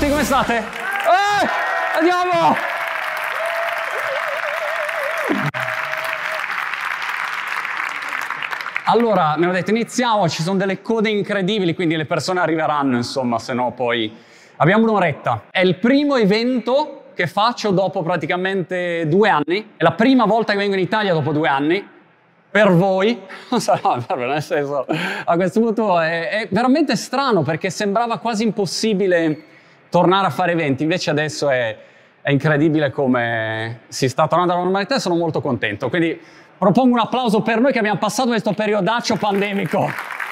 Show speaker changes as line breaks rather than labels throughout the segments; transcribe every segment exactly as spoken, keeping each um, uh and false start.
tutti, come state? Eh, andiamo! Allora, mi hanno detto iniziamo, ci sono delle code incredibili, quindi le persone arriveranno, insomma, se no poi... Abbiamo un'oretta. È il primo evento che faccio dopo praticamente due anni. È la prima volta che vengo in Italia dopo due anni. Per voi, non so, no, nel senso, a questo punto è, è veramente strano perché sembrava quasi impossibile tornare a fare eventi, invece adesso è, è incredibile come si sta tornando alla normalità e sono molto contento. Quindi propongo un applauso per noi che abbiamo passato questo periodaccio pandemico.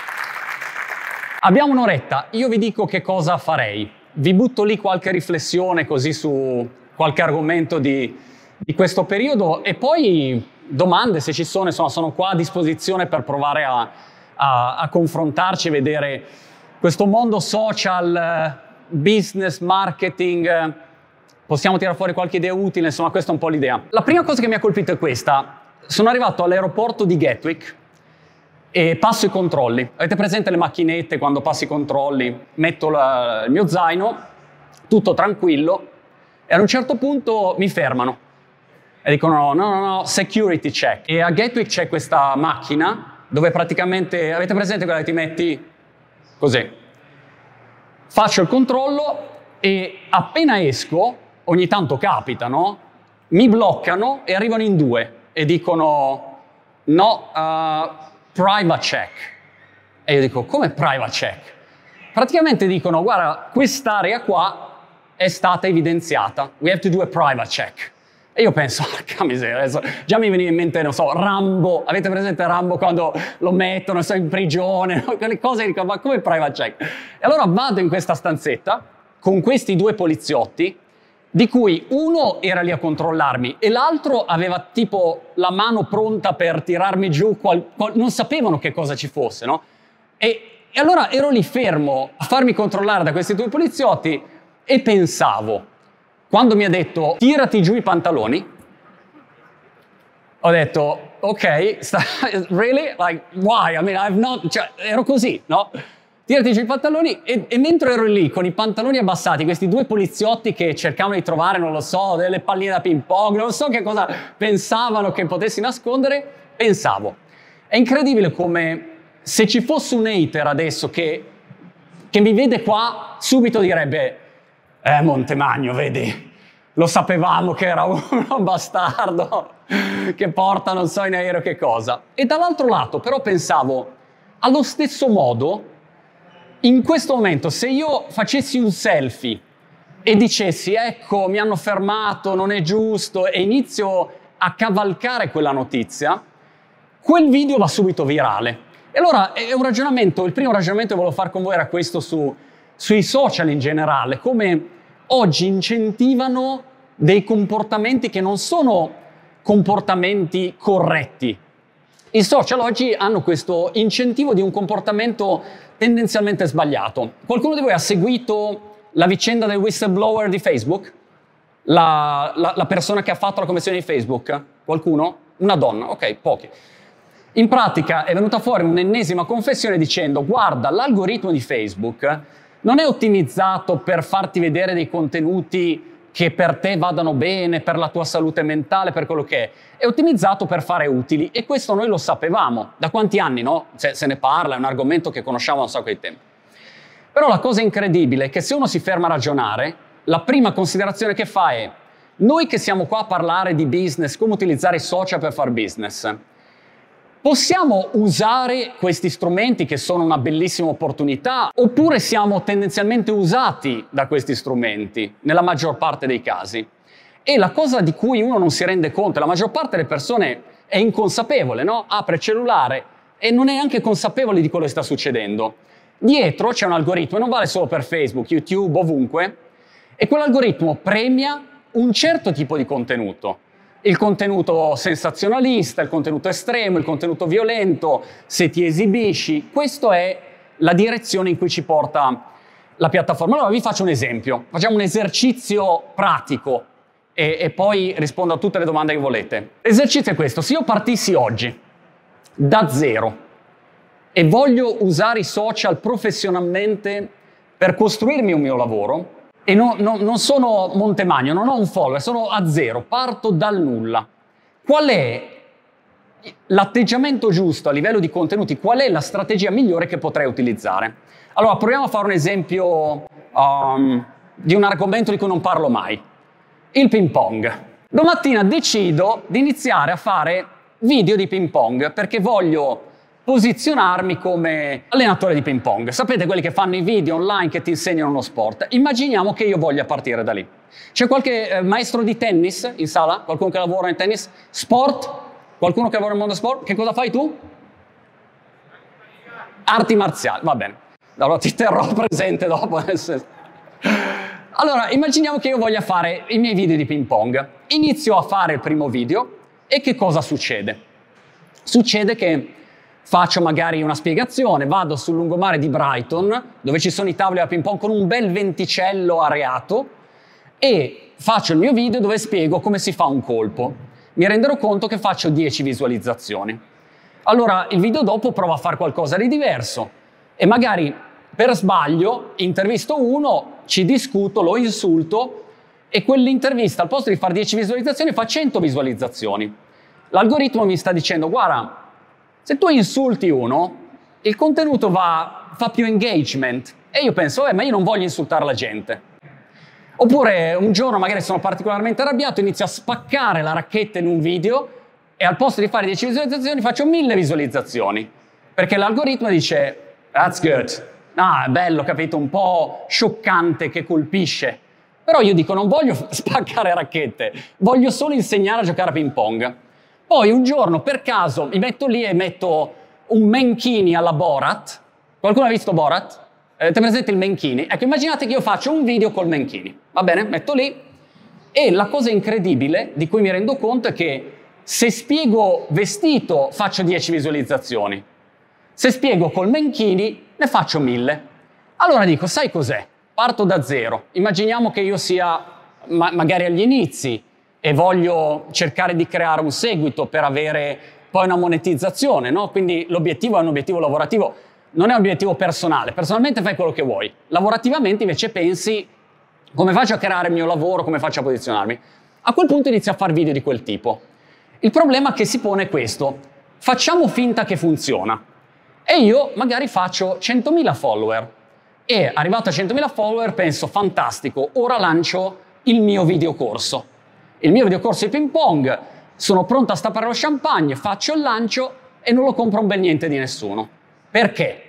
Abbiamo un'oretta, io vi dico che cosa farei. Vi butto lì qualche riflessione così su qualche argomento di, di questo periodo e poi domande se ci sono, insomma sono qua a disposizione per provare a, a, a confrontarci e vedere questo mondo social, business, marketing, possiamo tirare fuori qualche idea utile, insomma questa è un po' l'idea. La prima cosa che mi ha colpito è questa, sono arrivato all'aeroporto di Gatwick e passo i controlli. Avete presente le macchinette quando passi i controlli? Metto la, il mio zaino, tutto tranquillo, e ad un certo punto mi fermano e dicono no, no, no, security check. E a Gatwick c'è questa macchina dove praticamente, avete presente quella che ti metti così? Faccio il controllo e appena esco, ogni tanto capita, no? Mi bloccano e arrivano in due e dicono no, uh, private check. E io dico, come private check? Praticamente dicono, guarda, quest'area qua è stata evidenziata. We have to do a private check. E io penso, porca miseria, adesso già mi veniva in mente, non so, Rambo. Avete presente Rambo quando lo mettono, so, in prigione? No? Quelle cose, dico, ma come private check? E allora vado in questa stanzetta con questi due poliziotti, di cui uno era lì a controllarmi e l'altro aveva tipo la mano pronta per tirarmi giù, qual, qual, non sapevano che cosa ci fosse, no? E, e allora ero lì fermo a farmi controllare da questi due poliziotti e pensavo, quando mi ha detto tirati giù i pantaloni, ho detto ok, really? Like, why? I mean, I've not... Cioè, ero così, no? Tirati giù i pantaloni e, e mentre ero lì con i pantaloni abbassati, questi due poliziotti che cercavano di trovare, non lo so, delle palline da ping pong, non so che cosa pensavano che potessi nascondere, pensavo. È incredibile come se ci fosse un hater adesso che, che mi vede qua, subito direbbe eh Montemagno, vedi, lo sapevamo che era uno bastardo che porta non so in aereo che cosa. E dall'altro lato però pensavo, allo stesso modo, in questo momento, se io facessi un selfie e dicessi ecco, mi hanno fermato, non è giusto, e inizio a cavalcare quella notizia, quel video va subito virale. E allora è un ragionamento, il primo ragionamento che volevo fare con voi era questo su, sui social in generale, come oggi incentivano dei comportamenti che non sono comportamenti corretti. I social oggi hanno questo incentivo di un comportamento tendenzialmente sbagliato. Qualcuno di voi ha seguito la vicenda del whistleblower di Facebook? La, la, la persona che ha fatto la conversione di Facebook? Qualcuno? Una donna? Ok, pochi. In pratica è venuta fuori un'ennesima confessione dicendo guarda, l'algoritmo di Facebook non è ottimizzato per farti vedere dei contenuti che per te vadano bene, per la tua salute mentale, per quello che è. È ottimizzato per fare utili e questo noi lo sapevamo. Da quanti anni, no? Se, se ne parla, è un argomento che conosciamo da un sacco di tempo. Però la cosa incredibile è che se uno si ferma a ragionare, la prima considerazione che fa è noi che siamo qua a parlare di business, come utilizzare i social per fare business, possiamo usare questi strumenti che sono una bellissima opportunità oppure siamo tendenzialmente usati da questi strumenti nella maggior parte dei casi? E la cosa di cui uno non si rende conto, la maggior parte delle persone è inconsapevole, no? Apre il cellulare e non è anche consapevole di quello che sta succedendo. Dietro c'è un algoritmo e non vale solo per Facebook, YouTube, ovunque, e quell'algoritmo premia un certo tipo di contenuto. Il contenuto sensazionalista, il contenuto estremo, il contenuto violento, se ti esibisci. Questa è la direzione in cui ci porta la piattaforma. Allora vi faccio un esempio, facciamo un esercizio pratico e, e poi rispondo a tutte le domande che volete. L'esercizio è questo, se io partissi oggi da zero e voglio usare i social professionalmente per costruirmi un mio lavoro e no, no, non sono Montemagno, non ho un follower, sono a zero, parto dal nulla. Qual è l'atteggiamento giusto a livello di contenuti? Qual è la strategia migliore che potrei utilizzare? Allora, proviamo a fare un esempio um, di un argomento di cui non parlo mai. Il ping pong. Domattina decido di iniziare a fare video di ping pong perché voglio posizionarmi come allenatore di ping pong. Sapete quelli che fanno i video online che ti insegnano uno sport? Immaginiamo che io voglia partire da lì. C'è qualche eh, maestro di tennis in sala? Qualcuno che lavora in tennis? Sport? Qualcuno che lavora nel mondo sport? Che cosa fai tu? Arti marziali, va bene. Allora ti terrò presente dopo. Nel senso. Allora, immaginiamo che io voglia fare i miei video di ping pong. Inizio a fare il primo video e che cosa succede? Succede che faccio magari una spiegazione, vado sul lungomare di Brighton, dove ci sono i tavoli da ping pong con un bel venticello areato, e faccio il mio video dove spiego come si fa un colpo. Mi renderò conto che faccio dieci visualizzazioni. Allora, il video dopo provo a fare qualcosa di diverso e magari per sbaglio intervisto uno, ci discuto, lo insulto e quell'intervista al posto di fare dieci visualizzazioni fa cento visualizzazioni. L'algoritmo mi sta dicendo, guarda, se tu insulti uno, il contenuto va, fa più engagement. E io penso, eh, ma io non voglio insultare la gente. Oppure un giorno magari sono particolarmente arrabbiato, inizio a spaccare la racchetta in un video e al posto di fare dieci visualizzazioni faccio mille visualizzazioni. Perché l'algoritmo dice, that's good. Ah, è bello, capito, un po' scioccante che colpisce. Però io dico, non voglio spaccare racchette, voglio solo insegnare a giocare a ping pong. Poi un giorno, per caso, mi metto lì e metto un Menchini alla Borat. Qualcuno ha visto Borat? Avete presente il Menchini? Ecco, immaginate che io faccio un video col Menchini. Va bene? Metto lì. E la cosa incredibile di cui mi rendo conto è che se spiego vestito faccio dieci visualizzazioni. Se spiego col Menchini ne faccio mille. Allora dico, sai cos'è? Parto da zero. Immaginiamo che io sia ma- magari agli inizi e voglio cercare di creare un seguito per avere poi una monetizzazione, no? Quindi l'obiettivo è un obiettivo lavorativo, non è un obiettivo personale. Personalmente fai quello che vuoi. Lavorativamente invece pensi, come faccio a creare il mio lavoro, come faccio a posizionarmi? A quel punto inizio a fare video di quel tipo. Il problema che si pone è questo. Facciamo finta che funziona. E io magari faccio centomila follower. E arrivato a centomila follower penso, fantastico, ora lancio il mio videocorso. Il mio videocorso di ping pong, sono pronto a stappare lo champagne, faccio il lancio e non lo compra un bel niente di nessuno. Perché?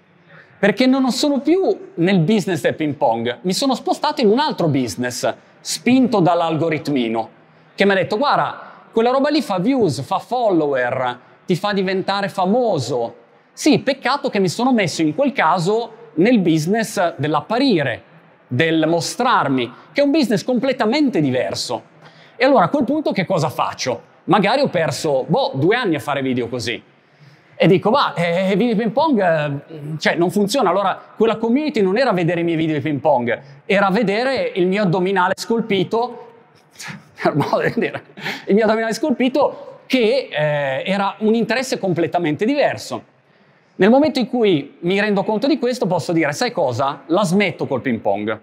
Perché non sono più nel business del ping pong, mi sono spostato in un altro business, spinto dall'algoritmino, che mi ha detto, guarda, quella roba lì fa views, fa follower, ti fa diventare famoso. Sì, peccato che mi sono messo in quel caso nel business dell'apparire, del mostrarmi, che è un business completamente diverso. E allora a quel punto che cosa faccio? Magari ho perso, boh, due anni a fare video così. E dico, ma, eh, video di ping pong, eh, cioè, non funziona. Allora, quella community non era vedere i miei video di ping pong, era vedere il mio addominale scolpito, per modo di dire, il mio addominale scolpito, che eh, era un interesse completamente diverso. Nel momento in cui mi rendo conto di questo, posso dire, sai cosa? La smetto col ping pong.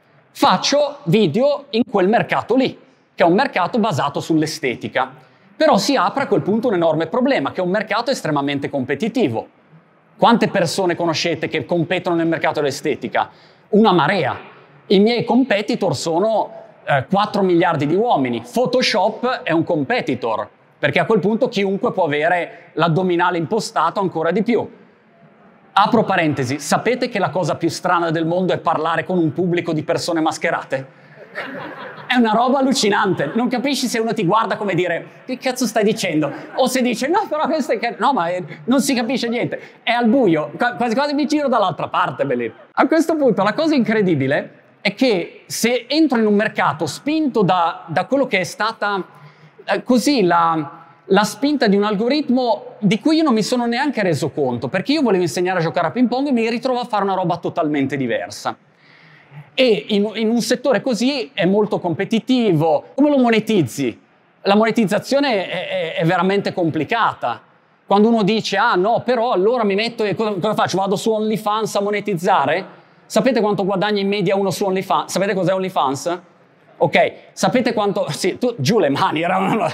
Faccio video in quel mercato lì, che è un mercato basato sull'estetica. Però si apre a quel punto un enorme problema, che è un mercato estremamente competitivo. Quante persone conoscete che competono nel mercato dell'estetica? Una marea. I miei competitor sono eh, quattro miliardi di uomini. Photoshop è un competitor, perché a quel punto chiunque può avere l'addominale impostato ancora di più. Apro parentesi, sapete che la cosa più strana del mondo è parlare con un pubblico di persone mascherate? È una roba allucinante, non capisci se uno ti guarda come dire che cazzo stai dicendo? O se dice no però questo è che... no ma è... non si capisce niente, è al buio, quasi quasi mi giro dall'altra parte. Belli. A questo punto la cosa incredibile è che se entro in un mercato spinto da, da quello che è stata eh, così la... la spinta di un algoritmo di cui io non mi sono neanche reso conto, perché io volevo insegnare a giocare a ping pong e mi ritrovo a fare una roba totalmente diversa. E in, in un settore così è molto competitivo. Come lo monetizzi? La monetizzazione è, è, è veramente complicata. Quando uno dice, ah no, però allora mi metto e cosa, cosa faccio? Vado su OnlyFans a monetizzare? Sapete quanto guadagna in media uno su OnlyFans? Sapete cos'è OnlyFans? Ok, sapete quanto... Sì, tu, giù le mani, era una...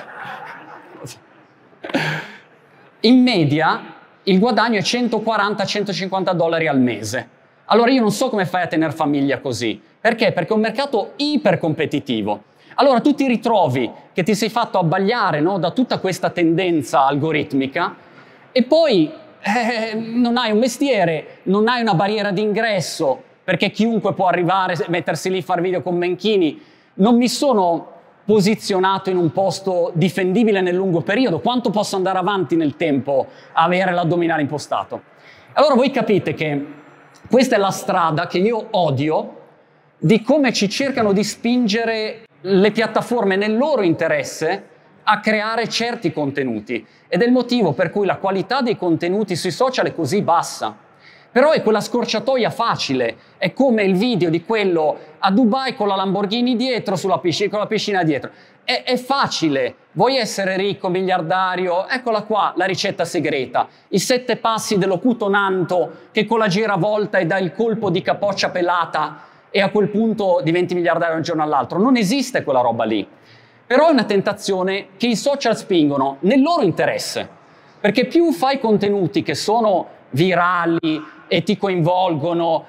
In media il guadagno è centoquaranta centocinquanta dollari al mese. Allora io non so come fai a tenere famiglia così. Perché? Perché è un mercato ipercompetitivo. Allora tu ti ritrovi che ti sei fatto abbagliare, no, da tutta questa tendenza algoritmica e poi eh, non hai un mestiere, non hai una barriera d'ingresso, perché chiunque può arrivare, mettersi lì, fare video con Menchini. Non mi sono posizionato in un posto difendibile nel lungo periodo. Quanto posso andare avanti nel tempo a avere l'addominale impostato? Allora voi capite che questa è la strada che io odio di come ci cercano di spingere le piattaforme nel loro interesse a creare certi contenuti. Ed è il motivo per cui la qualità dei contenuti sui social è così bassa. Però è quella scorciatoia facile, è come il video di quello a Dubai con la Lamborghini dietro, sulla piscina, con la piscina dietro. È, è facile, vuoi essere ricco, miliardario, eccola qua la ricetta segreta. I sette passi dell'Ocuto Nanto che con la giravolta e dà il colpo di capoccia pelata e a quel punto diventi miliardario da un giorno all'altro. Non esiste quella roba lì. Però è una tentazione che i social spingono nel loro interesse, perché più fai contenuti che sono virali e ti coinvolgono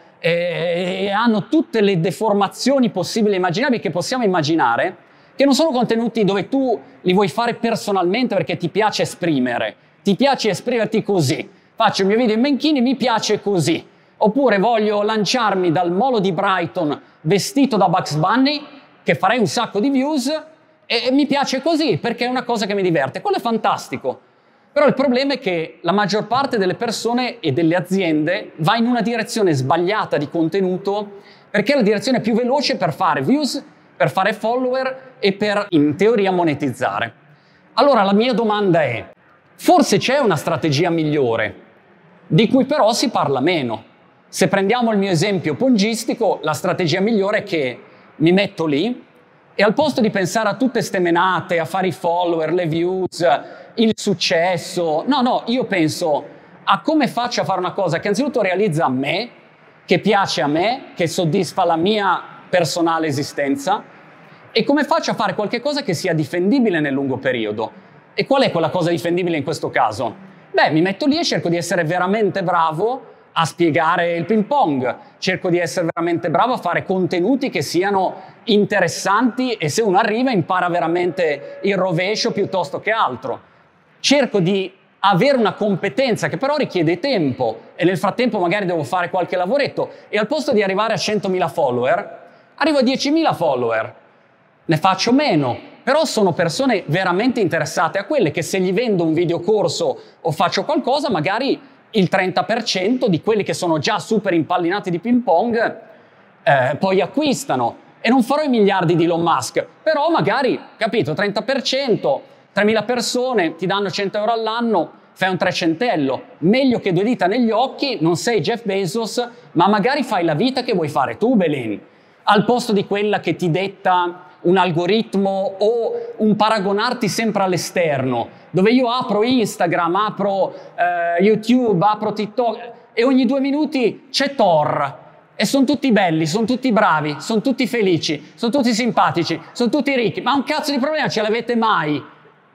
e, e hanno tutte le deformazioni possibili e immaginabili che possiamo immaginare, che non sono contenuti dove tu li vuoi fare personalmente perché ti piace esprimere, ti piace esprimerti così. Faccio il mio video in Menchini, mi piace così. Oppure voglio lanciarmi dal molo di Brighton vestito da Bugs Bunny, che farei un sacco di views, e, e mi piace così perché è una cosa che mi diverte. Quello è fantastico. Però il problema è che la maggior parte delle persone e delle aziende va in una direzione sbagliata di contenuto perché è la direzione più veloce per fare views, per fare follower e per, in teoria, monetizzare. Allora la mia domanda è, forse c'è una strategia migliore, di cui però si parla meno. Se prendiamo il mio esempio pongistico, la strategia migliore è che mi metto lì e al posto di pensare a tutte ste menate, a fare i follower, le views, il successo, no, no, io penso a come faccio a fare una cosa che anzitutto realizza a me, che piace a me, che soddisfa la mia personale esistenza, e come faccio a fare qualche cosa che sia difendibile nel lungo periodo. E qual è quella cosa difendibile in questo caso? Beh, mi metto lì e cerco di essere veramente bravo a spiegare il ping pong, cerco di essere veramente bravo a fare contenuti che siano interessanti e se uno arriva impara veramente il rovescio piuttosto che altro. Cerco di avere una competenza che però richiede tempo e nel frattempo magari devo fare qualche lavoretto e al posto di arrivare a centomila follower arrivo a diecimila follower, ne faccio meno, però sono persone veramente interessate a quelle che se gli vendo un videocorso o faccio qualcosa magari il trenta per cento di quelli che sono già super impallinati di ping pong eh, poi acquistano. E non farò i miliardi di Elon Musk, però magari, capito, trenta per cento, tremila persone, ti danno cento euro all'anno, fai un trecentello. Meglio che due dita negli occhi, non sei Jeff Bezos, ma magari fai la vita che vuoi fare tu, Belin, al posto di quella che ti detta un algoritmo o un paragonarti sempre all'esterno, dove io apro Instagram, apro eh, YouTube, apro TikTok e ogni due minuti c'è Thor e sono tutti belli, sono tutti bravi, sono tutti felici, sono tutti simpatici, sono tutti ricchi, ma un cazzo di problema ce l'avete mai?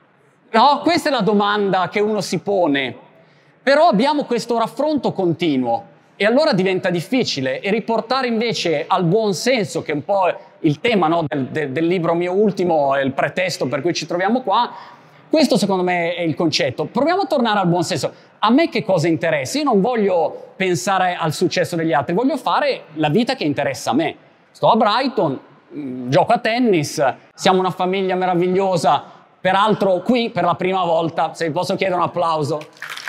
No? Questa è la domanda che uno si pone. Però abbiamo questo raffronto continuo e allora diventa difficile e riportare invece al buon senso, che è un po' il tema, no, del, del, del libro mio ultimo, è il pretesto per cui ci troviamo qua. Questo secondo me è il concetto. Proviamo a tornare al buon senso. A me che cosa interessa? Io non voglio pensare al successo degli altri, voglio fare la vita che interessa a me. Sto a Brighton, mh, gioco a tennis, siamo una famiglia meravigliosa, peraltro qui per la prima volta, se vi posso chiedere un applauso.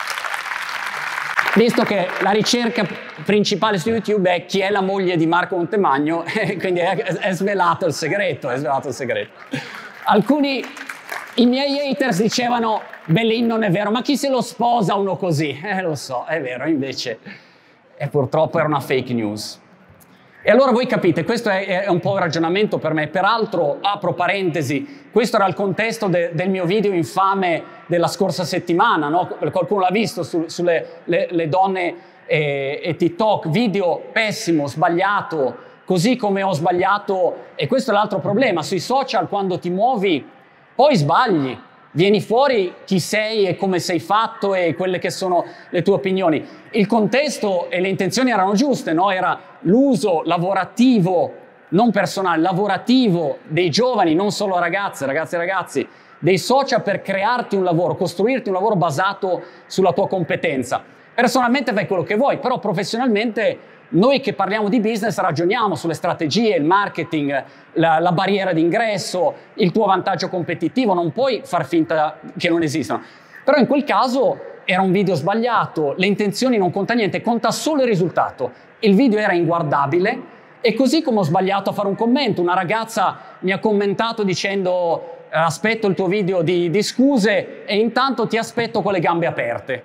Visto che la ricerca principale su YouTube è chi è la moglie di Marco Montemagno, quindi è, è svelato il segreto, è svelato il segreto. Alcuni, i miei haters dicevano, Belin non è vero, ma chi se lo sposa uno così? Eh, lo so, è vero, invece, e purtroppo era una fake news. E allora voi capite, questo è, è un po' il ragionamento per me. Peraltro, apro parentesi, questo era il contesto de, del mio video infame della scorsa settimana, no? Qualcuno l'ha visto su, sulle le, le donne e, e TikTok, video pessimo, sbagliato, così come ho sbagliato, e questo è l'altro problema, sui social quando ti muovi poi sbagli, vieni fuori chi sei e come sei fatto e quelle che sono le tue opinioni. Il contesto e le intenzioni erano giuste, no? Era l'uso lavorativo, non personale, lavorativo dei giovani, non solo ragazze, ragazze e ragazzi, dei social per crearti un lavoro, costruirti un lavoro basato sulla tua competenza. Personalmente fai quello che vuoi, però professionalmente noi che parliamo di business ragioniamo sulle strategie, il marketing, la, la barriera d'ingresso, il tuo vantaggio competitivo, non puoi far finta che non esistano. Però in quel caso era un video sbagliato, le intenzioni non conta niente, conta solo il risultato. Il video era inguardabile e così come ho sbagliato a fare un commento, una ragazza mi ha commentato dicendo aspetto il tuo video di, di scuse e intanto ti aspetto con le gambe aperte.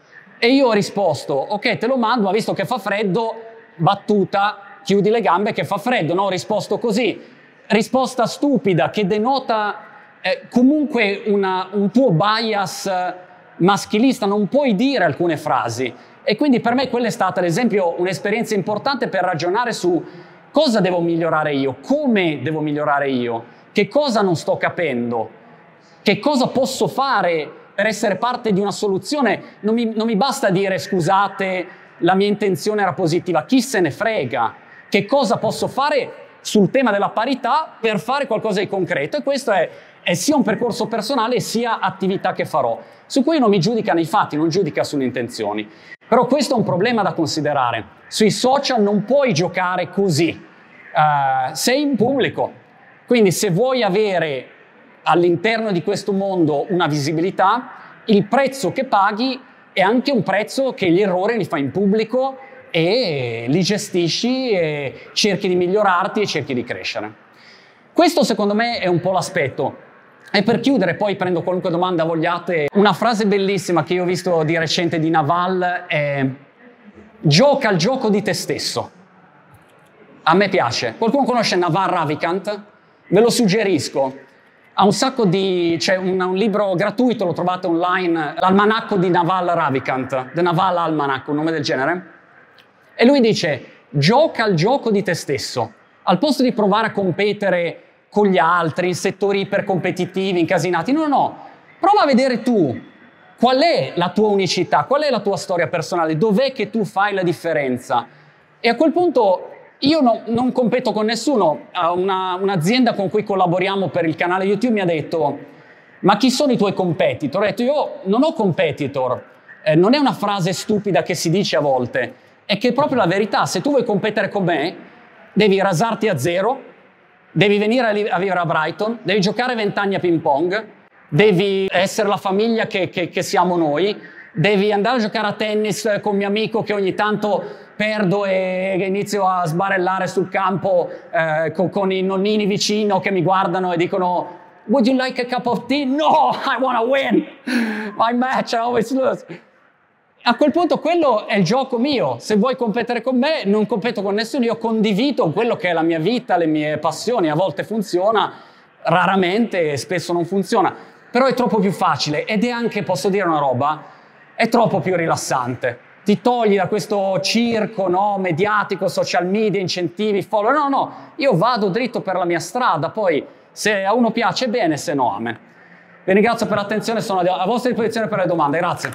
E io ho risposto, ok, te lo mando, ma visto che fa freddo, battuta, chiudi le gambe che fa freddo, no? Ho risposto così. Risposta stupida che denota eh, comunque una, un tuo bias maschilista, non puoi dire alcune frasi. E quindi per me quella è stata, ad esempio, un'esperienza importante per ragionare su cosa devo migliorare io, come devo migliorare io, che cosa non sto capendo, che cosa posso fare per essere parte di una soluzione. Non mi, non mi basta dire scusate, la mia intenzione era positiva, chi se ne frega, che cosa posso fare sul tema della parità per fare qualcosa di concreto, e questo è, è sia un percorso personale sia attività che farò, su cui non mi giudica nei fatti, non giudica sulle intenzioni. Però questo è un problema da considerare, sui social non puoi giocare così, uh, sei in pubblico, quindi se vuoi avere all'interno di questo mondo una visibilità, il prezzo che paghi è anche un prezzo che gli errori li fai in pubblico e li gestisci e cerchi di migliorarti e cerchi di crescere. Questo secondo me è un po' l'aspetto. E per chiudere, poi prendo qualunque domanda vogliate, una frase bellissima che io ho visto di recente di Naval è gioca al gioco di te stesso. A me piace. Qualcuno conosce Naval Ravikant? Ve lo suggerisco. Ha un sacco di... c'è un, un libro gratuito, lo trovate online, l'almanacco di Naval Ravikant, The Naval Almanac, un nome del genere. E lui dice, gioca al gioco di te stesso. Al posto di provare a competere con gli altri, in settori ipercompetitivi, incasinati, no, no, prova a vedere tu qual è la tua unicità, qual è la tua storia personale, dov'è che tu fai la differenza. E a quel punto... Io no, non competo con nessuno, una, un'azienda con cui collaboriamo per il canale YouTube mi ha detto ma chi sono i tuoi competitor? Ho detto io non ho competitor, eh, non è una frase stupida che si dice a volte, è che è proprio la verità, se tu vuoi competere con me devi rasarti a zero, devi venire a, a vivere a Brighton, devi giocare vent'anni a ping pong, devi essere la famiglia che, che, che siamo noi, devi andare a giocare a tennis con mio amico che ogni tanto perdo e inizio a sbarellare sul campo eh, con, con i nonnini vicino che mi guardano e dicono would you like a cup of tea? No, I want to win my match, I always lose. A quel punto quello è il gioco mio, se vuoi competere con me non competo con nessuno, io condivido quello che è la mia vita, le mie passioni, a volte funziona, raramente e spesso non funziona, però è troppo più facile ed è anche, posso dire una roba, è troppo più rilassante. Ti togli da questo circo, no, mediatico, social media, incentivi, follower. No, no, io vado dritto per la mia strada, poi se a uno piace bene, se no amen. Vi ringrazio per l'attenzione, sono a vostra disposizione per le domande, grazie.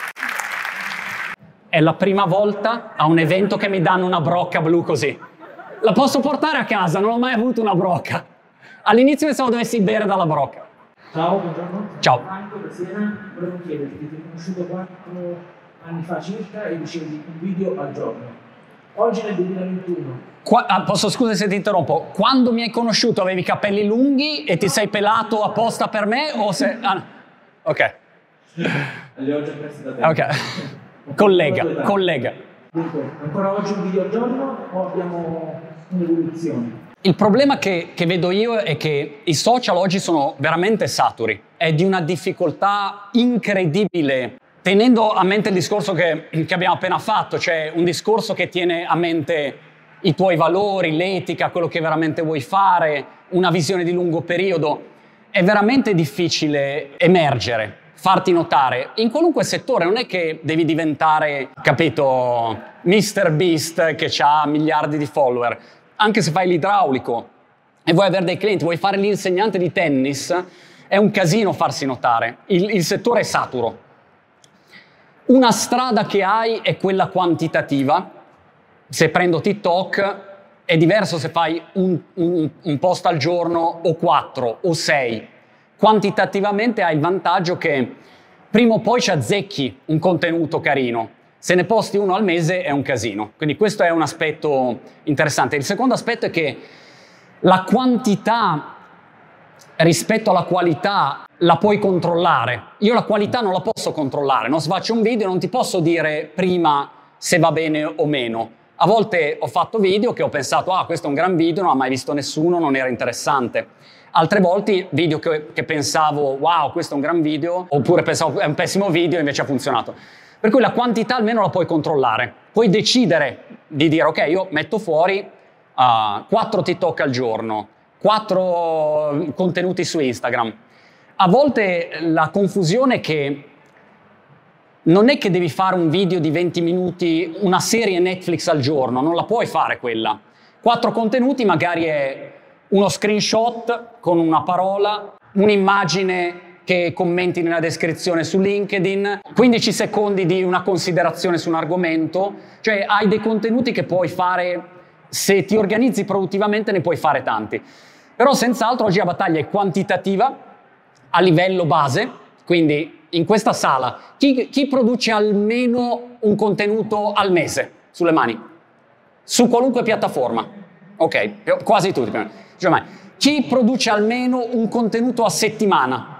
È la prima volta a un evento che mi danno una brocca blu così. La posso portare a casa, non ho mai avuto una brocca. All'inizio pensavo dovessi bere dalla brocca.
Ciao, buongiorno.
Ciao.
Franco da Siena, volevo chiederti, ti ho conosciuto quattro anni fa circa e dicevi un video al giorno. Oggi nel duemilaventuno.
Qua, ah, posso, scusa se ti interrompo, quando mi hai conosciuto avevi i capelli lunghi e ti sei pelato apposta per me o se... Ah, ok.
Li ho già persi da tempo.
Ok. Collega, collega.
Dunque, ancora oggi un video al giorno o abbiamo un'evoluzione?
Il problema che, che vedo io è che i social oggi sono veramente saturi, è di una difficoltà incredibile, tenendo a mente il discorso che, che abbiamo appena fatto, cioè un discorso che tiene a mente i tuoi valori, l'etica, quello che veramente vuoi fare, una visione di lungo periodo. È veramente difficile emergere, farti notare in qualunque settore. Non è che devi diventare, capito, mister Beast che ha miliardi di follower. Anche se fai l'idraulico e vuoi avere dei clienti, vuoi fare l'insegnante di tennis, è un casino farsi notare. Il, il settore è saturo. Una strada che hai è quella quantitativa. Se prendo TikTok è diverso se fai un, un, un post al giorno o quattro o sei. Quantitativamente hai il vantaggio che prima o poi ci azzecchi un contenuto carino. Se ne posti uno al mese è un casino. Quindi questo è un aspetto interessante. Il secondo aspetto è che la quantità rispetto alla qualità la puoi controllare. Io la qualità non la posso controllare. No? Se faccio un video non ti posso dire prima se va bene o meno. A volte ho fatto video che ho pensato, ah, questo è un gran video, non ha mai visto nessuno, non era interessante. Altre volte video che, che pensavo, wow, questo è un gran video, oppure pensavo, è un pessimo video, invece ha funzionato. Per cui la quantità almeno la puoi controllare. Puoi decidere di dire, ok, io metto fuori uh, quattro TikTok al giorno, quattro contenuti su Instagram. A volte la confusione è che non è che devi fare un video di venti minuti, una serie Netflix al giorno, non la puoi fare quella. Quattro contenuti magari è uno screenshot con una parola, un'immagine che commenti nella descrizione su LinkedIn, quindici secondi di una considerazione su un argomento, cioè hai dei contenuti che puoi fare, se ti organizzi produttivamente ne puoi fare tanti. Però senz'altro oggi la battaglia è quantitativa a livello base, quindi in questa sala chi, chi produce almeno un contenuto al mese sulle mani? Su qualunque piattaforma. Ok, quasi tutti. Cioè, chi produce almeno un contenuto a settimana?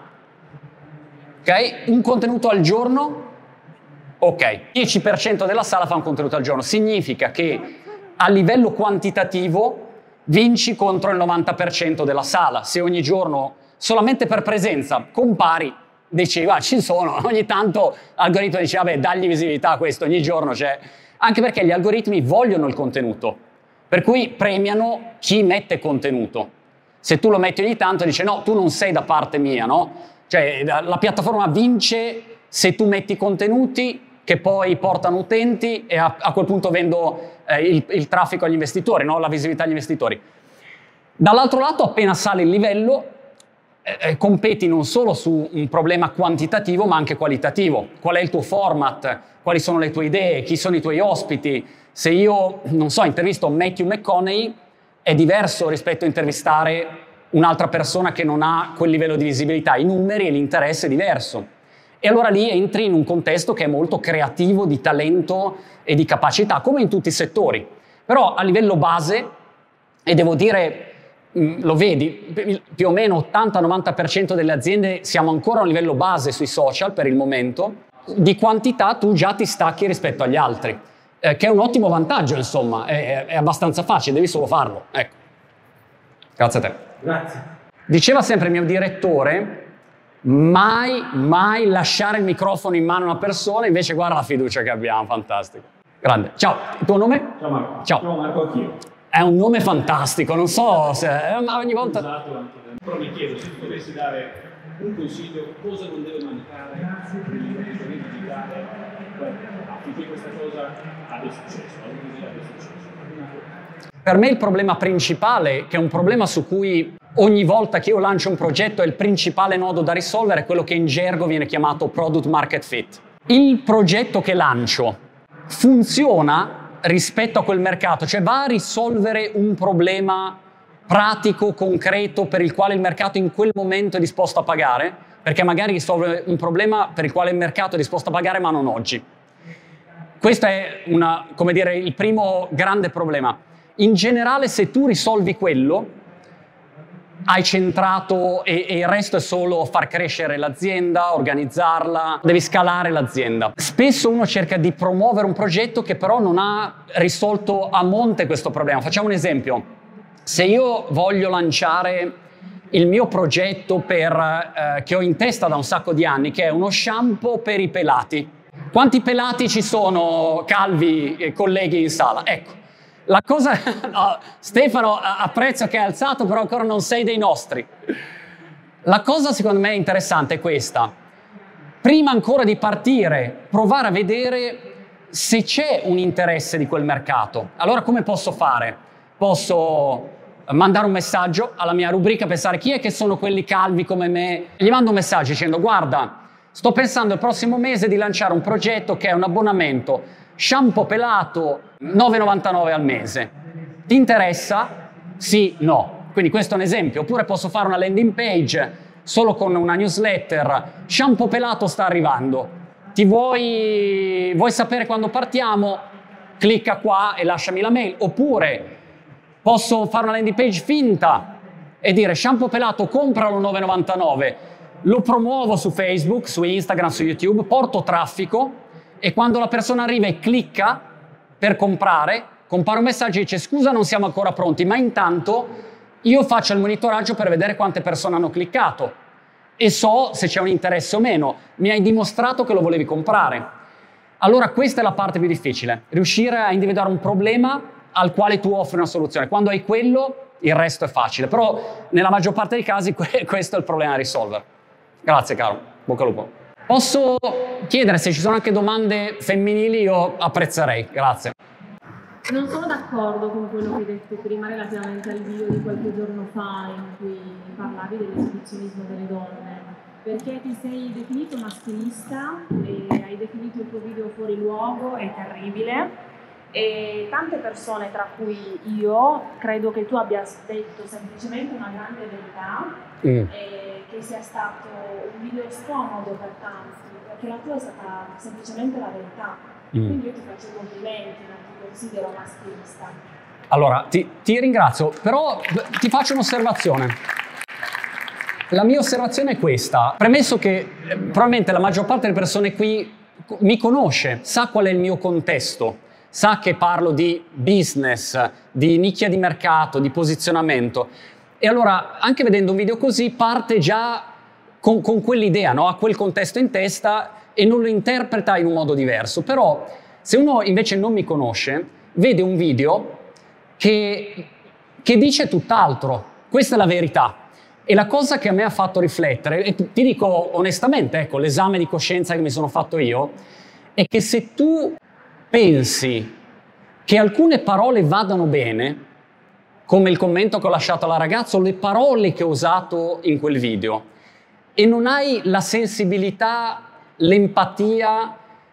Ok? Un contenuto al giorno? Ok, dieci per cento della sala fa un contenuto al giorno. Significa che a livello quantitativo vinci contro il novanta per cento della sala. Se ogni giorno, solamente per presenza, compari, dici, ah, ci sono, ogni tanto l'algoritmo dice, vabbè, dagli visibilità a questo, ogni giorno c'è. Anche perché gli algoritmi vogliono il contenuto, per cui premiano chi mette contenuto. Se tu lo metti ogni tanto, dice, no, tu non sei da parte mia, no? Cioè, la piattaforma vince se tu metti contenuti che poi portano utenti e a, a quel punto vendo eh, il, il traffico agli investitori, no? La visibilità agli investitori. Dall'altro lato, appena sale il livello, eh, competi non solo su un problema quantitativo, ma anche qualitativo. Qual è il tuo format? Quali sono le tue idee? Chi sono i tuoi ospiti? Se io, non so, intervisto Matthew McConaughey, è diverso rispetto a intervistare un'altra persona che non ha quel livello di visibilità. I numeri e l'interesse è diverso. E allora lì entri in un contesto che è molto creativo, di talento e di capacità, come in tutti i settori. Però a livello base, e devo dire, lo vedi, più o meno ottanta novanta per cento delle aziende siamo ancora a un livello base sui social per il momento, di quantità tu già ti stacchi rispetto agli altri, eh, che è un ottimo vantaggio, insomma, è, è abbastanza facile, devi solo farlo. Ecco. Grazie a te.
Grazie.
Diceva sempre il mio direttore, mai, mai lasciare il microfono in mano a una persona, invece guarda la fiducia che abbiamo, fantastico. Grande. Ciao, il tuo nome?
Ciao Marco.
Ciao.
Ciao Marco, anch'io.
È un nome fantastico, non so se... ma ogni volta...
Però mi chiedo, se tu dovessi dare un consiglio, cosa non deve mancare nell'imprenditoria digitale affinché questa cosa abbia successo, abbia successo?
Per me il problema principale, che è un problema su cui ogni volta che io lancio un progetto è il principale nodo da risolvere, è quello che in gergo viene chiamato product market fit. Il progetto che lancio funziona rispetto a quel mercato, cioè va a risolvere un problema pratico, concreto, per il quale il mercato in quel momento è disposto a pagare, perché magari risolve un problema per il quale il mercato è disposto a pagare, ma non oggi. Questo è una, come dire, il primo grande problema. In generale, se tu risolvi quello, hai centrato e, e il resto è solo far crescere l'azienda, organizzarla, devi scalare l'azienda. Spesso uno cerca di promuovere un progetto che però non ha risolto a monte questo problema. Facciamo un esempio. Se io voglio lanciare il mio progetto per, eh, che ho in testa da un sacco di anni, che è uno shampoo per i pelati. Quanti pelati ci sono, calvi, eh, colleghi in sala? Ecco. La cosa, no, Stefano, apprezzo che hai alzato, però ancora non sei dei nostri. La cosa secondo me interessante è questa. prima ancora di partire, provare a vedere se c'è un interesse di quel mercato. Allora come posso fare? Posso mandare un messaggio alla mia rubrica, pensare chi è che sono quelli calvi come me. Gli mando un messaggio dicendo: guarda, sto pensando il prossimo mese di lanciare un progetto che è un abbonamento shampoo pelato nove e novantanove al mese. Ti interessa? Sì, no. Quindi questo è un esempio. Oppure posso fare una landing page solo con una newsletter. Shampoo pelato sta arrivando. Ti vuoi, vuoi sapere quando partiamo? Clicca qua e lasciami la mail. Oppure posso fare una landing page finta e dire shampoo pelato, compralo nove e novantanove. Lo promuovo su Facebook, su Instagram, su YouTube, porto traffico e quando la persona arriva e clicca per comprare, compare un messaggio e dice: scusa, non siamo ancora pronti, ma intanto io faccio il monitoraggio per vedere quante persone hanno cliccato e so se c'è un interesse o meno. Mi hai dimostrato che lo volevi comprare. Allora questa è la parte più difficile, riuscire a individuare un problema al quale tu offri una soluzione. Quando hai quello, il resto è facile, però nella maggior parte dei casi questo è il problema da risolvere. Grazie caro, bocca al lupo. Posso chiedere se ci sono anche domande femminili? Io apprezzerei, grazie.
Non sono d'accordo con quello che hai detto prima relativamente al video di qualche giorno fa in cui parlavi dell'esibizionismo delle donne, perché ti sei definito maschilista e hai definito il tuo video fuori luogo e terribile, e tante persone, tra cui io, credo che tu abbia detto semplicemente una grande verità, mm. e che sia stato un video scomodo per tanti, perché la tua è stata semplicemente la verità. Mm. Quindi io ti faccio complimenti, non ti considero maschilista.
Allora, ti, ti ringrazio, però ti faccio un'osservazione. La mia osservazione è questa. Premesso che eh, probabilmente la maggior parte delle persone qui mi conosce, sa qual è il mio contesto, sa che parlo di business, di nicchia di mercato, di posizionamento. E allora, anche vedendo un video così, parte già con, con quell'idea, no? Ha quel contesto in testa e non lo interpreta in un modo diverso. Però, se uno invece non mi conosce, vede un video che, che dice tutt'altro. Questa è la verità. E la cosa che a me ha fatto riflettere, e ti dico onestamente, ecco, l'esame di coscienza che mi sono fatto io, è che se tu pensi che alcune parole vadano bene, come il commento che ho lasciato alla ragazza o le parole che ho usato in quel video, e non hai la sensibilità, l'empatia,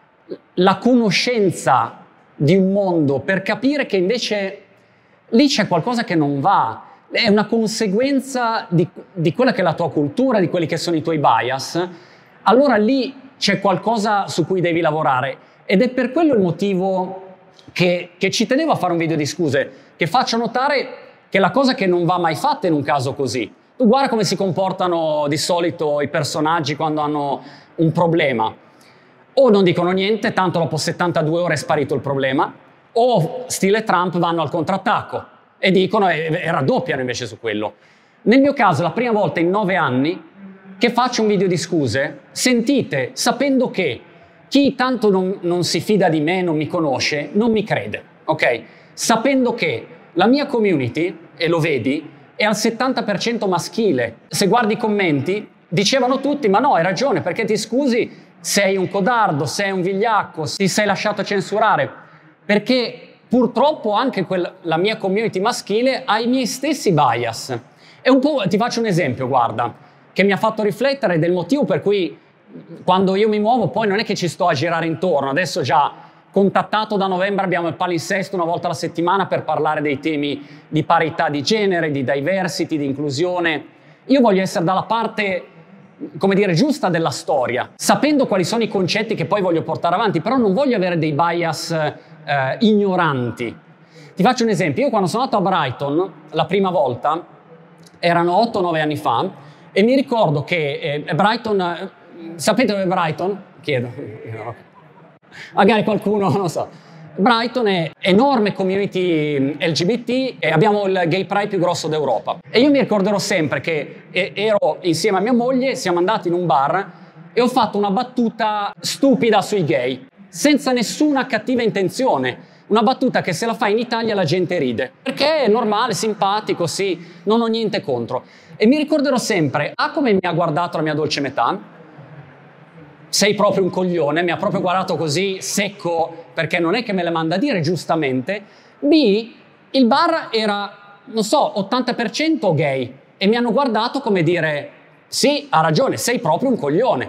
la conoscenza di un mondo per capire che invece lì c'è qualcosa che non va, è una conseguenza di, di quella che è la tua cultura, di quelli che sono i tuoi bias, allora lì c'è qualcosa su cui devi lavorare. Ed è per quello il motivo che, che ci tenevo a fare un video di scuse, che faccio notare che la cosa che non va mai fatta in un caso così. Tu guarda come si comportano di solito i personaggi quando hanno un problema. O non dicono niente, tanto dopo settantadue ore è sparito il problema, o stile Trump vanno al contrattacco e dicono e, e raddoppiano invece su quello. Nel mio caso, la prima volta in nove anni che faccio un video di scuse, sentite, sapendo che chi tanto non, non si fida di me, non mi conosce, non mi crede, ok? Sapendo che la mia community, e lo vedi, è al settanta per cento maschile. Se guardi i commenti, dicevano tutti, ma no, hai ragione, perché ti scusi, sei un codardo, sei un vigliacco, ti sei lasciato censurare. Perché purtroppo anche quel, la mia community maschile ha i miei stessi bias. E un po', ti faccio un esempio, guarda, che mi ha fatto riflettere del motivo per cui quando io mi muovo poi non è che ci sto a girare intorno. Adesso già contattato da novembre abbiamo il palinsesto una volta alla settimana per parlare dei temi di parità di genere, di diversity, di inclusione. Io voglio essere dalla parte, come dire, giusta della storia, sapendo quali sono i concetti che poi voglio portare avanti, però non voglio avere dei bias eh, ignoranti. Ti faccio un esempio. Io quando sono andato a Brighton la prima volta, erano otto nove anni fa, e mi ricordo che eh, Brighton, eh, sapete dove è Brighton? Chiedo. Magari qualcuno, non lo so. Brighton è enorme community L G B T e abbiamo il gay pride più grosso d'Europa. E io mi ricorderò sempre che ero insieme a mia moglie, siamo andati in un bar e ho fatto una battuta stupida sui gay, senza nessuna cattiva intenzione. Una battuta che se la fai in Italia la gente ride, perché è normale, simpatico, sì, non ho niente contro. E mi ricorderò sempre, A, come mi ha guardato la mia dolce metà, sei proprio un coglione, mi ha proprio guardato così secco perché non è che me le manda a dire giustamente. B, il bar era, non so, ottanta per cento gay e mi hanno guardato come dire sì, ha ragione, sei proprio un coglione.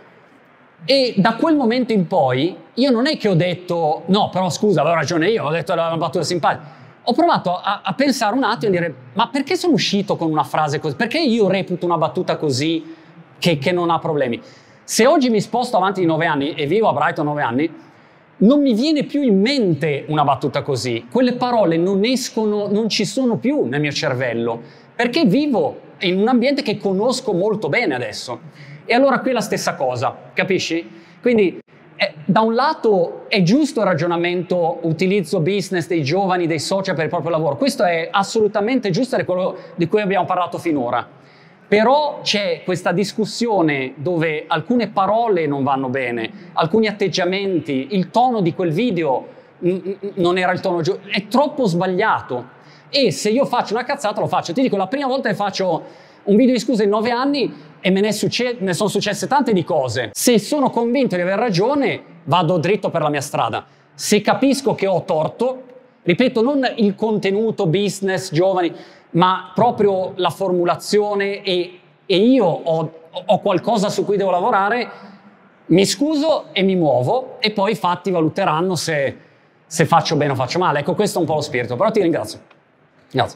E da quel momento in poi io non è che ho detto no, però scusa, avevo ragione io, ho detto era una battuta simpatica. Ho provato a, a pensare un attimo e dire ma perché sono uscito con una frase così? Perché io reputo una battuta così che, che non ha problemi? Se oggi mi sposto avanti di nove anni e vivo a Brighton nove anni, non mi viene più in mente una battuta così. Quelle parole non escono, non ci sono più nel mio cervello, perché vivo in un ambiente che conosco molto bene adesso. E allora qui è la stessa cosa, capisci? Quindi eh, da un lato è giusto il ragionamento utilizzo business dei giovani, dei social per il proprio lavoro. Questo è assolutamente giusto ed è quello di cui abbiamo parlato finora. Però c'è questa discussione dove alcune parole non vanno bene, alcuni atteggiamenti, il tono di quel video non era il tono giusto, è troppo sbagliato. E se io faccio una cazzata lo faccio. Ti dico, la prima volta che faccio un video di scuse in nove anni e me ne, succe- ne sono successe tante di cose. Se sono convinto di aver ragione, vado dritto per la mia strada. Se capisco che ho torto, ripeto, non il contenuto, business, giovani, ma proprio la formulazione e, e io ho, ho qualcosa su cui devo lavorare, mi scuso e mi muovo e poi i fatti valuteranno se, se faccio bene o faccio male. Ecco, questo è un po' lo spirito, però ti ringrazio. Grazie.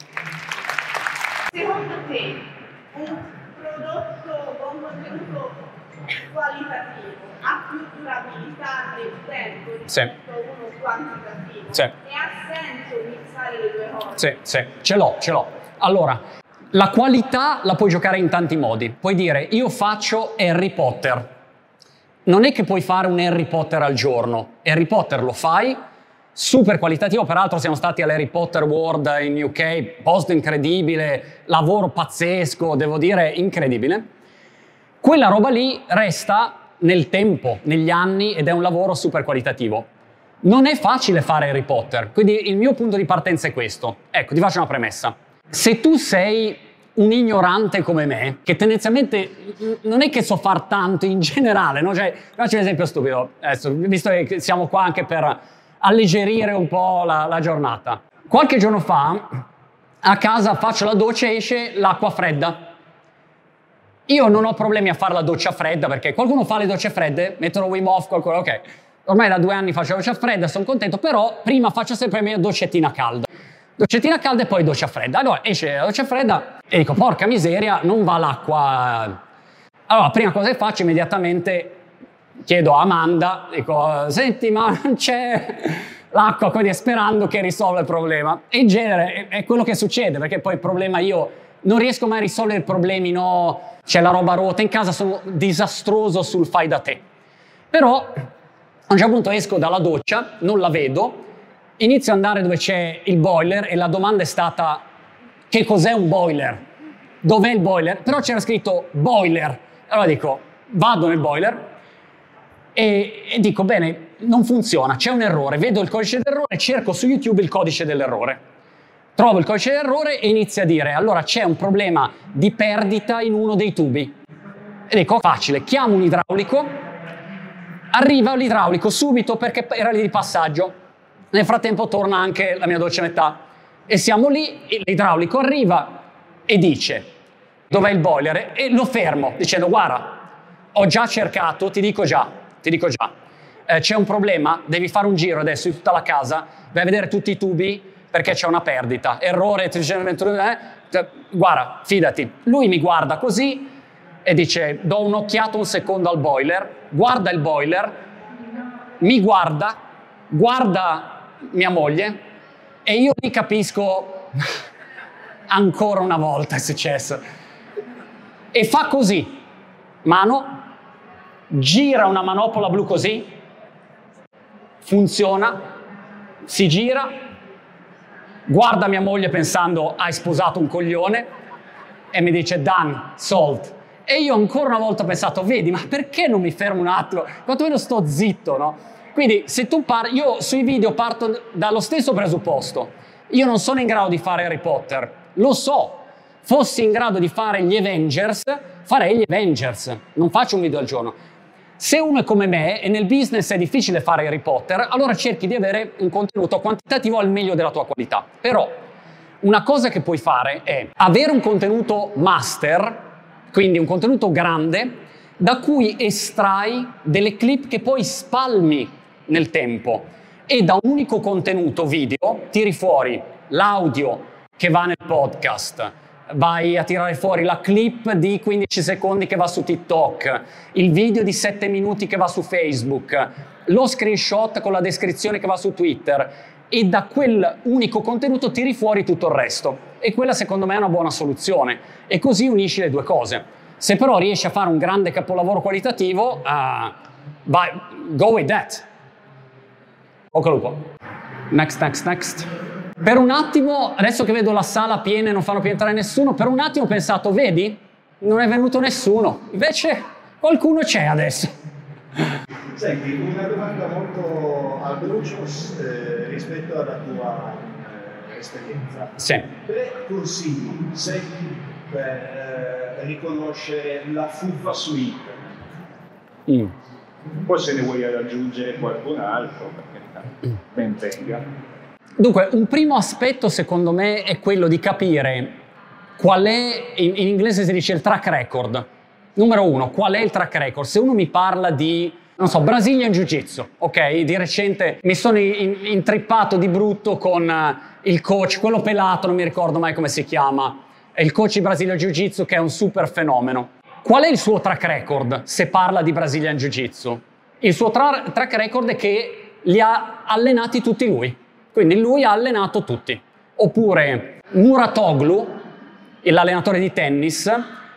Secondo te un prodotto con contenuto qualitativo ha più durabilità nel tempo rispetto a uno quantitativo?
Sì.
E ha senso mixare le due cose?
Sì, sì, ce l'ho, ce l'ho. Allora, la qualità la puoi giocare in tanti modi. Puoi dire, io faccio Harry Potter. Non è che puoi fare un Harry Potter al giorno. Harry Potter lo fai, super qualitativo. Peraltro siamo stati all'Harry Potter World in U K, posto incredibile, lavoro pazzesco, devo dire incredibile. Quella roba lì resta nel tempo, negli anni, ed è un lavoro super qualitativo. Non è facile fare Harry Potter, quindi il mio punto di partenza è questo. Ecco, ti faccio una premessa. Se tu sei un ignorante come me, che tendenzialmente non è che so far tanto in generale, no? Cioè, faccio un esempio stupido, adesso, visto che siamo qua anche per alleggerire un po' la, la giornata. Qualche giorno fa, a casa faccio la doccia e esce l'acqua fredda. Io non ho problemi a fare la doccia fredda, perché qualcuno fa le docce fredde, mettono Wim Hof, qualcuno, ok. Ormai da due anni faccio la doccia fredda, sono contento, però prima faccio sempre la mia doccettina calda. Doccettina calda e poi doccia fredda. Allora esce la doccia fredda e dico, porca miseria, non va l'acqua. Allora, prima cosa che faccio, immediatamente chiedo a Amanda, dico, senti, ma non c'è l'acqua, quindi sperando che risolva il problema. E in genere è quello che succede, perché poi il problema io non riesco mai a risolvere i problemi, no, c'è la roba rotta in casa, sono disastroso sul fai da te. Però a un certo punto esco dalla doccia, non la vedo, inizio ad andare dove c'è il boiler e la domanda è stata che cos'è un boiler? Dov'è il boiler? Però c'era scritto boiler. Allora dico, vado nel boiler e, e dico, bene, non funziona, c'è un errore, vedo il codice dell'errore, cerco su YouTube il codice dell'errore. Trovo il codice dell'errore e inizio a dire, allora c'è un problema di perdita in uno dei tubi. E dico, facile, chiamo un idraulico, arriva l'idraulico subito perché era lì di passaggio. Nel frattempo torna anche la mia doccia a metà e siamo lì, l'idraulico arriva e dice dov'è il boiler e lo fermo dicendo guarda, ho già cercato, ti dico già, ti dico già, eh, c'è un problema, devi fare un giro adesso di tutta la casa, vai a vedere tutti i tubi perché c'è una perdita, errore, eh, guarda, fidati. Lui mi guarda così e dice do un'occhiata un secondo al boiler, guarda il boiler, mi guarda, guarda mia moglie e io lì capisco ancora una volta è successo e fa così, mano, gira una manopola blu così, funziona, si gira, guarda mia moglie pensando hai sposato un coglione e mi dice done, solved. E io ancora una volta ho pensato, vedi, ma perché non mi fermo un attimo? Quantomeno sto zitto, no? Quindi se tu parli, io sui video parto dallo stesso presupposto. Io non sono in grado di fare Harry Potter, lo so. Fossi in grado di fare gli Avengers, farei gli Avengers. Non faccio un video al giorno. Se uno è come me e nel business è difficile fare Harry Potter, allora cerchi di avere un contenuto quantitativo al meglio della tua qualità. Però una cosa che puoi fare è avere un contenuto master, quindi un contenuto grande, da cui estrai delle clip che poi spalmi nel tempo e da un unico contenuto video tiri fuori l'audio che va nel podcast, vai a tirare fuori la clip di quindici secondi che va su TikTok, il video di sette minuti che va su Facebook, lo screenshot con la descrizione che va su Twitter, e da quel unico contenuto tiri fuori tutto il resto. E quella secondo me è una buona soluzione, e così unisci le due cose. Se però riesci a fare un grande capolavoro qualitativo, uh, vai, go with that. Bocca al lupo. Next, next, next. Per un attimo, adesso che vedo la sala piena e non fanno più entrare nessuno, per un attimo ho pensato, vedi, non è venuto nessuno. Invece qualcuno c'è adesso.
Senti, una domanda molto al brucio eh, rispetto alla tua eh, esperienza.
Sì.
Tre consigli secchi per eh, riconoscere la fuffa su internet.
Mm.
Poi se ne vuoi aggiungere qualcun altro, perché ben venga.
Dunque, un primo aspetto secondo me è quello di capire qual è, in, in inglese si dice il track record. Numero uno, qual è il track record? Se uno mi parla di, non so, Brazilian Jiu-Jitsu, ok? Di recente mi sono in, intrippato di brutto con uh, il coach, quello pelato, non mi ricordo mai come si chiama, è il coach di Brazilian Jiu-Jitsu che è un super fenomeno. Qual è il suo track record se parla di Brazilian Jiu-Jitsu? Il suo tra- track record è che li ha allenati tutti lui. Quindi lui ha allenato tutti. Oppure Muratoglu, l'allenatore di tennis,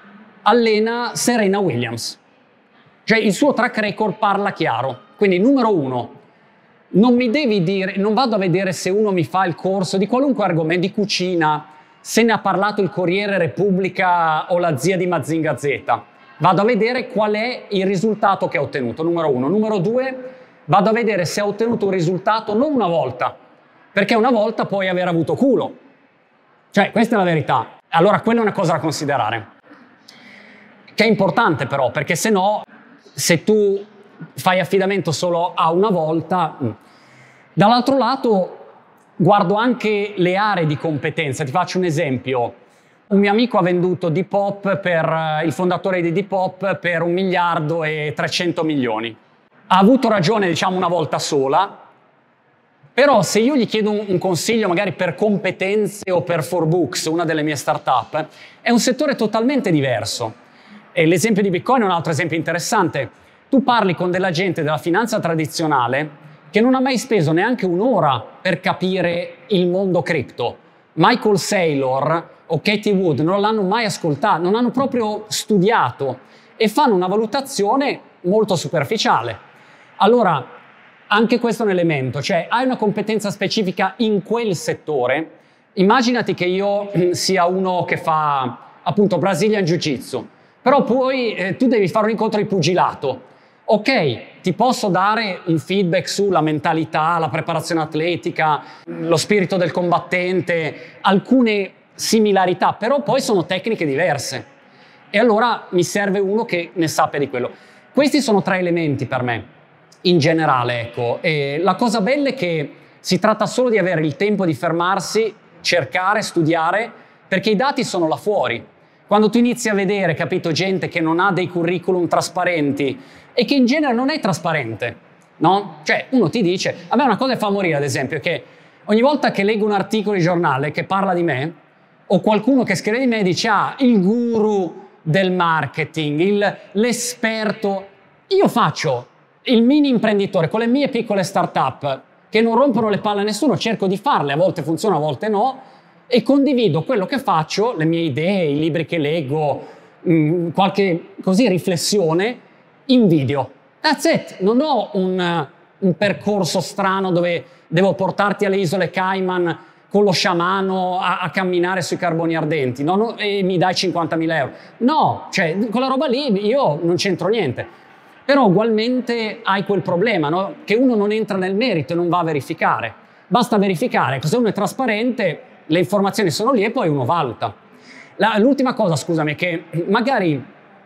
allena Serena Williams. Cioè il suo track record parla chiaro. Quindi numero uno, non mi devi dire, non vado a vedere se uno mi fa il corso di qualunque argomento, di cucina, se ne ha parlato il Corriere Repubblica o la zia di Mazinga Z. Vado a vedere qual è il risultato che ha ottenuto, numero uno. Numero due, vado a vedere se ha ottenuto un risultato non una volta, perché una volta puoi aver avuto culo. Cioè, questa è la verità. Allora, quella è una cosa da considerare. Che è importante però, perché se no, se tu fai affidamento solo a una volta... Dall'altro lato, guardo anche le aree di competenza. Ti faccio un esempio. Un mio amico ha venduto Depop per, il fondatore di Depop, per un miliardo e trecento milioni. Ha avuto ragione, diciamo, una volta sola, però se io gli chiedo un, un consiglio magari per competenze o per four books, una delle mie startup, è un settore totalmente diverso. E l'esempio di Bitcoin è un altro esempio interessante. Tu parli con della gente della finanza tradizionale che non ha mai speso neanche un'ora per capire il mondo cripto. Michael Saylor o Katie Wood non l'hanno mai ascoltato, non hanno proprio studiato e fanno una valutazione molto superficiale. Allora, anche questo è un elemento, cioè hai una competenza specifica in quel settore. Immaginati che io sia uno che fa appunto Brazilian Jiu-Jitsu, però poi eh, tu devi fare un incontro di pugilato. Ok, ti posso dare un feedback sulla mentalità, la preparazione atletica, lo spirito del combattente, alcune similarità, però poi sono tecniche diverse. E allora mi serve uno che ne sappia di quello. Questi sono tre elementi per me. In generale, ecco, e la cosa bella è che si tratta solo di avere il tempo di fermarsi, cercare, studiare, perché i dati sono là fuori. Quando tu inizi a vedere, capito, gente che non ha dei curriculum trasparenti e che in genere non è trasparente, no? Cioè, uno ti dice, a me una cosa che fa morire, ad esempio, è che ogni volta che leggo un articolo di giornale che parla di me, o qualcuno che scrive di me dice, ah, il guru del marketing, il, l'esperto, io faccio il mini imprenditore con le mie piccole start-up che non rompono le palle a nessuno, cerco di farle, a volte funziona, a volte no, e condivido quello che faccio, le mie idee, i libri che leggo, mh, qualche così riflessione in video. That's it, non ho un, un percorso strano dove devo portarti alle isole Cayman con lo sciamano a, a camminare sui carboni ardenti, no? No, e mi dai cinquantamila euro. No, cioè, quella roba lì io non c'entro niente. Però ugualmente hai quel problema, no? Che uno non entra nel merito e non va a verificare. Basta verificare, se uno è trasparente, le informazioni sono lì e poi uno valuta. La, l'ultima cosa, scusami, è che magari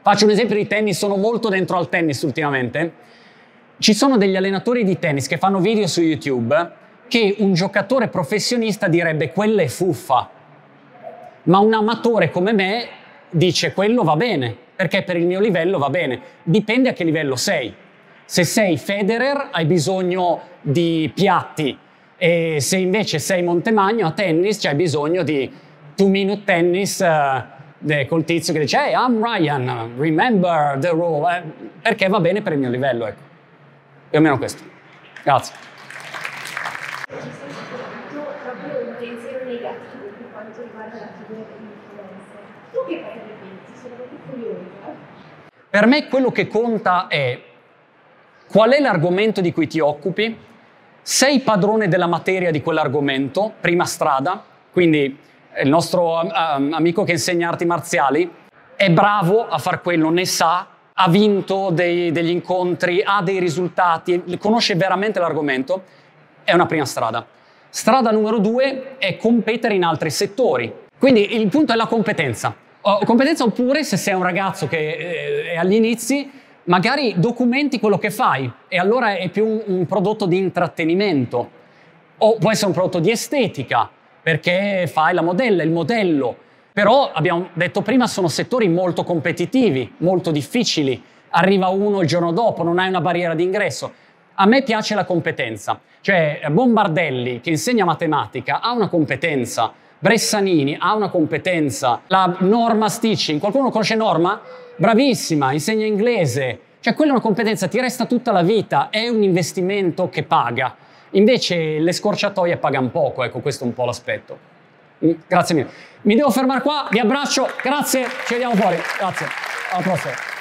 Faccio un esempio di tennis, sono molto dentro al tennis ultimamente. Ci sono degli allenatori di tennis che fanno video su YouTube che un giocatore professionista direbbe quella è fuffa, ma un amatore come me dice quello va bene, perché per il mio livello va bene. Dipende a che livello sei. Se sei Federer hai bisogno di piatti, e se invece sei Montemagno a tennis c'hai bisogno di two minute tennis uh, col tizio che dice hey, I'm Ryan, remember the rule, eh, perché va bene per il mio livello, ecco. Più o meno questo. Grazie.
Ci sei stato proprio un pensiero negativo per quanto riguarda la figura dell'influencer. Tu che cosa ne pensi? Sono proprio curiosa.
Per me quello che conta è qual è l'argomento di cui ti occupi, sei padrone della materia di quell'argomento, prima strada, quindi il nostro um, amico che insegna arti marziali è bravo a far quello, ne sa, ha vinto dei, degli incontri, ha dei risultati, conosce veramente l'argomento, è una prima strada. Strada numero due è competere in altri settori. Quindi il punto è la competenza. O, competenza oppure se sei un ragazzo che eh, è agli inizi, magari documenti quello che fai e allora è più un, un prodotto di intrattenimento. O può essere un prodotto di estetica, perché fai la modella, il modello. Però, abbiamo detto prima, sono settori molto competitivi, molto difficili. Arriva uno il giorno dopo, non hai una barriera d'ingresso. A me piace la competenza. Cioè, Bombardelli, che insegna matematica, ha una competenza. Bressanini ha una competenza. La Norma Stitching, qualcuno conosce Norma? Bravissima, insegna inglese. Cioè, quella è una competenza, ti resta tutta la vita, è un investimento che paga. Invece le scorciatoie pagano poco, ecco, questo è un po' l'aspetto. Grazie mille. Mi devo fermare qua, vi abbraccio, grazie, ci vediamo fuori. Grazie, alla prossima.